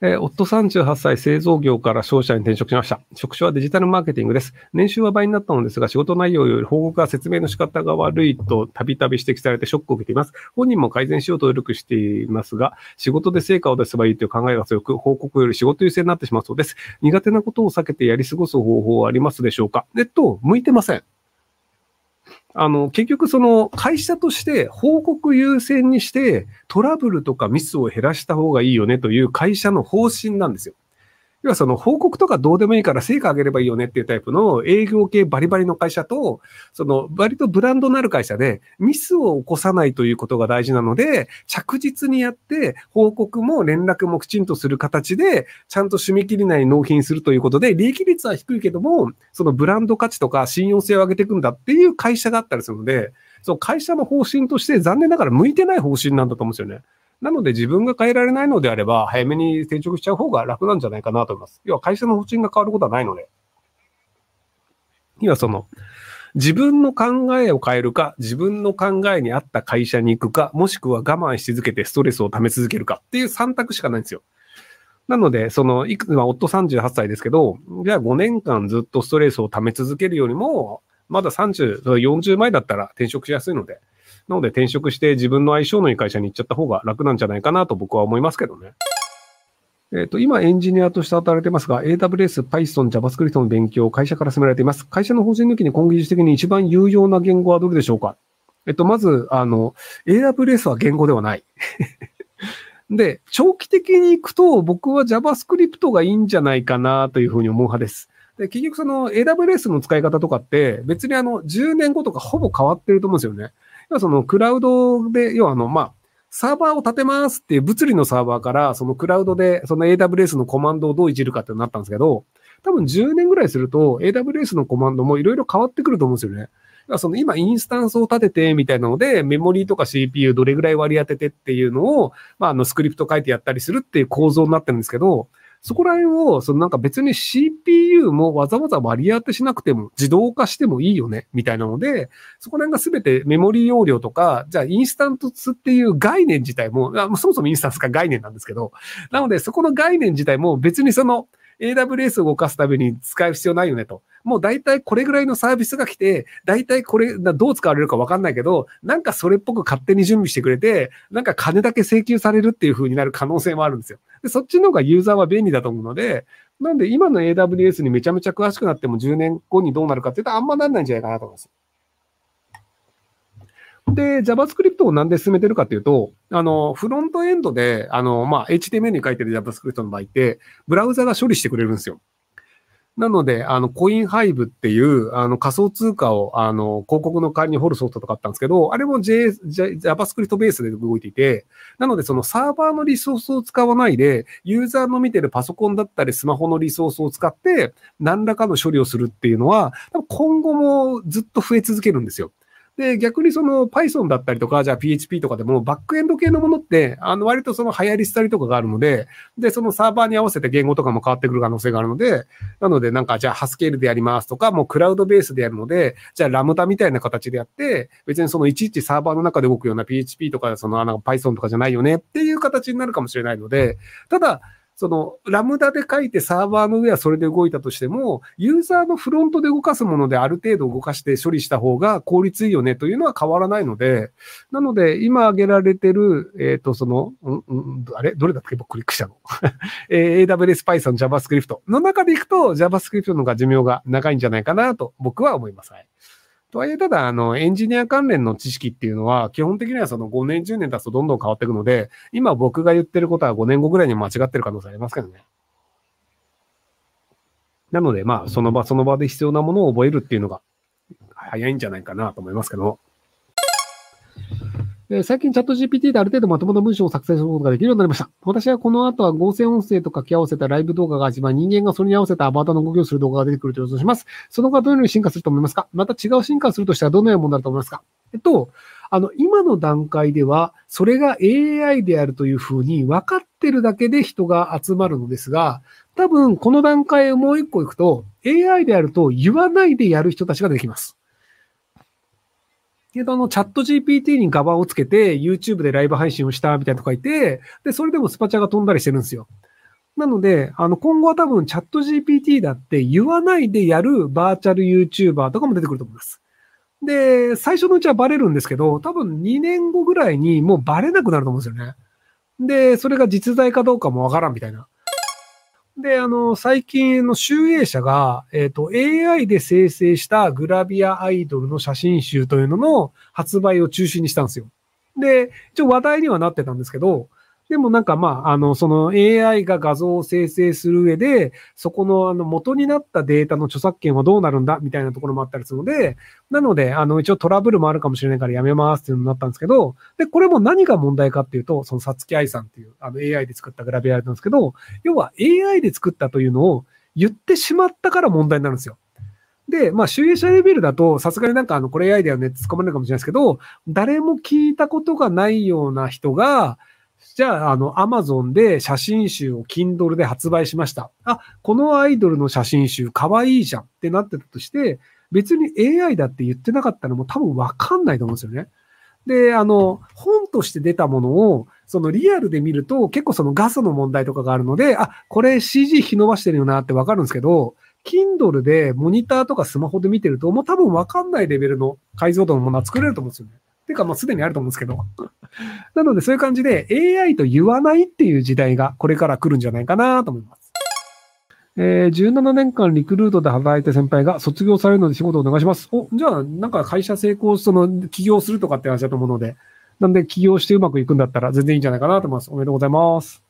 夫38歳、製造業から商社に転職しました。職種はデジタルマーケティングです。年収は倍になったのですが、仕事内容より報告や説明の仕方が悪いとたびたび指摘されてショックを受けています。本人も改善しようと努力していますが、仕事で成果を出せばいいという考えが強く、報告より仕事優先になってしまうそうです。苦手なことを避けてやり過ごす方法はありますでしょうか？向いてません。結局会社として報告優先にしてトラブルとかミスを減らした方がいいよねという会社の方針なんですよ。要は報告とかどうでもいいから成果上げればいいよねっていうタイプの営業系バリバリの会社と、割とブランドのある会社でミスを起こさないということが大事なので、着実にやって報告も連絡もきちんとする形で、ちゃんと締め切り内に納品するということで、利益率は低いけども、ブランド価値とか信用性を上げていくんだっていう会社があったりするので、会社の方針として残念ながら向いてない方針なんだと思うんですよね。なので自分が変えられないのであれば、早めに転職しちゃう方が楽なんじゃないかなと思います。要は会社の方針が変わることはないので。要は自分の考えを変えるか、自分の考えに合った会社に行くか、もしくは我慢し続けてストレスを溜め続けるかっていう3択しかないんですよ。なので、夫38歳ですけど、じゃあ5年間ずっとストレスを溜め続けるよりも、まだ30、40前だったら転職しやすいので、なので転職して自分の相性のいい会社に行っちゃった方が楽なんじゃないかなと僕は思いますけどね。今エンジニアとして働いてますが、AWS、Python、JavaScript の勉強を会社から進められています。会社の方針抜きに今技術的に一番有用な言語はどれでしょうか？まず、AWS は言語ではない。で、長期的に行くと僕は JavaScript がいいんじゃないかなというふうに思う派です。で、結局AWS の使い方とかって別に10年後とかほぼ変わってると思うんですよね。要はクラウドで、要はサーバーを立てますっていう物理のサーバーから、クラウドでAWS のコマンドをどういじるかってなったんですけど、多分10年ぐらいすると AWS のコマンドもいろいろ変わってくると思うんですよね。今インスタンスを立ててみたいなので、メモリーとか CPU どれぐらい割り当ててっていうのを、スクリプト書いてやったりするっていう構造になってるんですけど、そこら辺を、別に CPU もわざわざ割り当てしなくても自動化してもいいよね、みたいなので、そこら辺がすべてメモリ容量とか、じゃあインスタンスっていう概念自体も、そもそもインスタンスが概念なんですけど、なのでそこの概念自体も別にAWS を動かすために使う必要ないよねと。もう大体これぐらいのサービスが来て、大体これどう使われるかわかんないけど、なんかそれっぽく勝手に準備してくれて、なんか金だけ請求されるっていう風になる可能性もあるんですよ。で、そっちの方がユーザーは便利だと思うので、なんで今の AWS にめちゃめちゃ詳しくなっても10年後にどうなるかって言ったらあんまなんないんじゃないかなと思います。で、JavaScript をなんで進めてるかっていうと、フロントエンドで、HTML に書いてる JavaScript の場合って、ブラウザが処理してくれるんですよ。なので、コインハイブっていう、仮想通貨を、広告の代わりに掘るソフトとかあったんですけど、あれも JavaScript ベースで動いていて、なので、サーバーのリソースを使わないで、ユーザーの見てるパソコンだったりスマホのリソースを使って、何らかの処理をするっていうのは、今後もずっと増え続けるんですよ。で、逆にPython だったりとか、じゃあ PHP とかでもバックエンド系のものって、割と流行り廃りとかがあるので、で、サーバーに合わせて言語とかも変わってくる可能性があるので、なのでじゃあハスケールでやりますとか、もうクラウドベースでやるので、じゃあラムダみたいな形でやって、別にいちいちサーバーの中で動くような PHP とか、Python とかじゃないよねっていう形になるかもしれないので、ただ、ラムダで書いてサーバーの上はそれで動いたとしても、ユーザーのフロントで動かすものである程度動かして処理した方が効率いいよねというのは変わらないので、なので、今挙げられてる、どれだっけ僕クリックしたのAWS、Python、JavaScript の中でいくと JavaScript の方が寿命が長いんじゃないかなと僕は思います。はい。とはいえ、ただ、エンジニア関連の知識っていうのは、基本的には5年、10年経つとどんどん変わっていくので、今僕が言ってることは5年後ぐらいに間違ってる可能性ありますけどね。なので、その場その場で必要なものを覚えるっていうのが早いんじゃないかなと思いますけど。最近チャット GPT である程度まともな文章を作成することができるようになりました。私はこの後は合成音声と掛け合わせたライブ動画が始まり、人間がそれに合わせたアバターの動きをする動画が出てくると予想します。その後はどのように進化すると思いますか？また違う進化するとしたらどのようなものだと思いますか？今の段階では、それが AI であるというふうに分かってるだけで人が集まるのですが、多分この段階をもう一個行くと、AI であると言わないでやる人たちができます。チャット GPT にガバをつけて、YouTube でライブ配信をしたみたいなとかいて、で、それでもスパチャが飛んだりしてるんですよ。 なので、今後は多分チャット GPT だって言わないでやるバーチャル YouTuber とかも出てくると思います。で、最初のうちはバレるんですけど、多分2年後ぐらいにもうバレなくなると思うんですよね。で、それが実在かどうかもわからんみたいな。で、最近の集英社が、AI で生成したグラビアアイドルの写真集というのの発売を中止にしたんですよ。で、一応話題にはなってたんですけど、でもなんかその AI が画像を生成する上で、そこの元になったデータの著作権はどうなるんだみたいなところもあったりするので、なので、一応トラブルもあるかもしれないからやめますっていうのになったんですけど、で、これも何が問題かっていうと、そのさつきあいさんっていうAI で作ったグラビアなんですけど、要は AI で作ったというのを言ってしまったから問題になるんですよ。で、集英社レベルだと、さすがになんかこれ AI だよねって突っ込まれるかもしれないですけど、誰も聞いたことがないような人が、じゃあ、Amazon で写真集を Kindle で発売しました。あ、このアイドルの写真集かわいいじゃんってなってたとして、別に AI だって言ってなかったらもう多分わかんないと思うんですよね。で、本として出たものを、そのリアルで見ると結構その画素の問題とかがあるので、あ、これ CG 引き伸ばしてるよなってわかるんですけど、Kindle でモニターとかスマホで見てると、もう多分わかんないレベルの解像度のものは作れると思うんですよね。てか、すでにあると思うんですけど。なので、そういう感じで AI と言わないっていう時代がこれから来るんじゃないかなと思います。17年間リクルートで働いた先輩が卒業されるので仕事をお願いします。じゃあ、なんか会社成功、起業するとかって話だと思うので、なんで起業してうまくいくんだったら全然いいんじゃないかなと思います。おめでとうございます。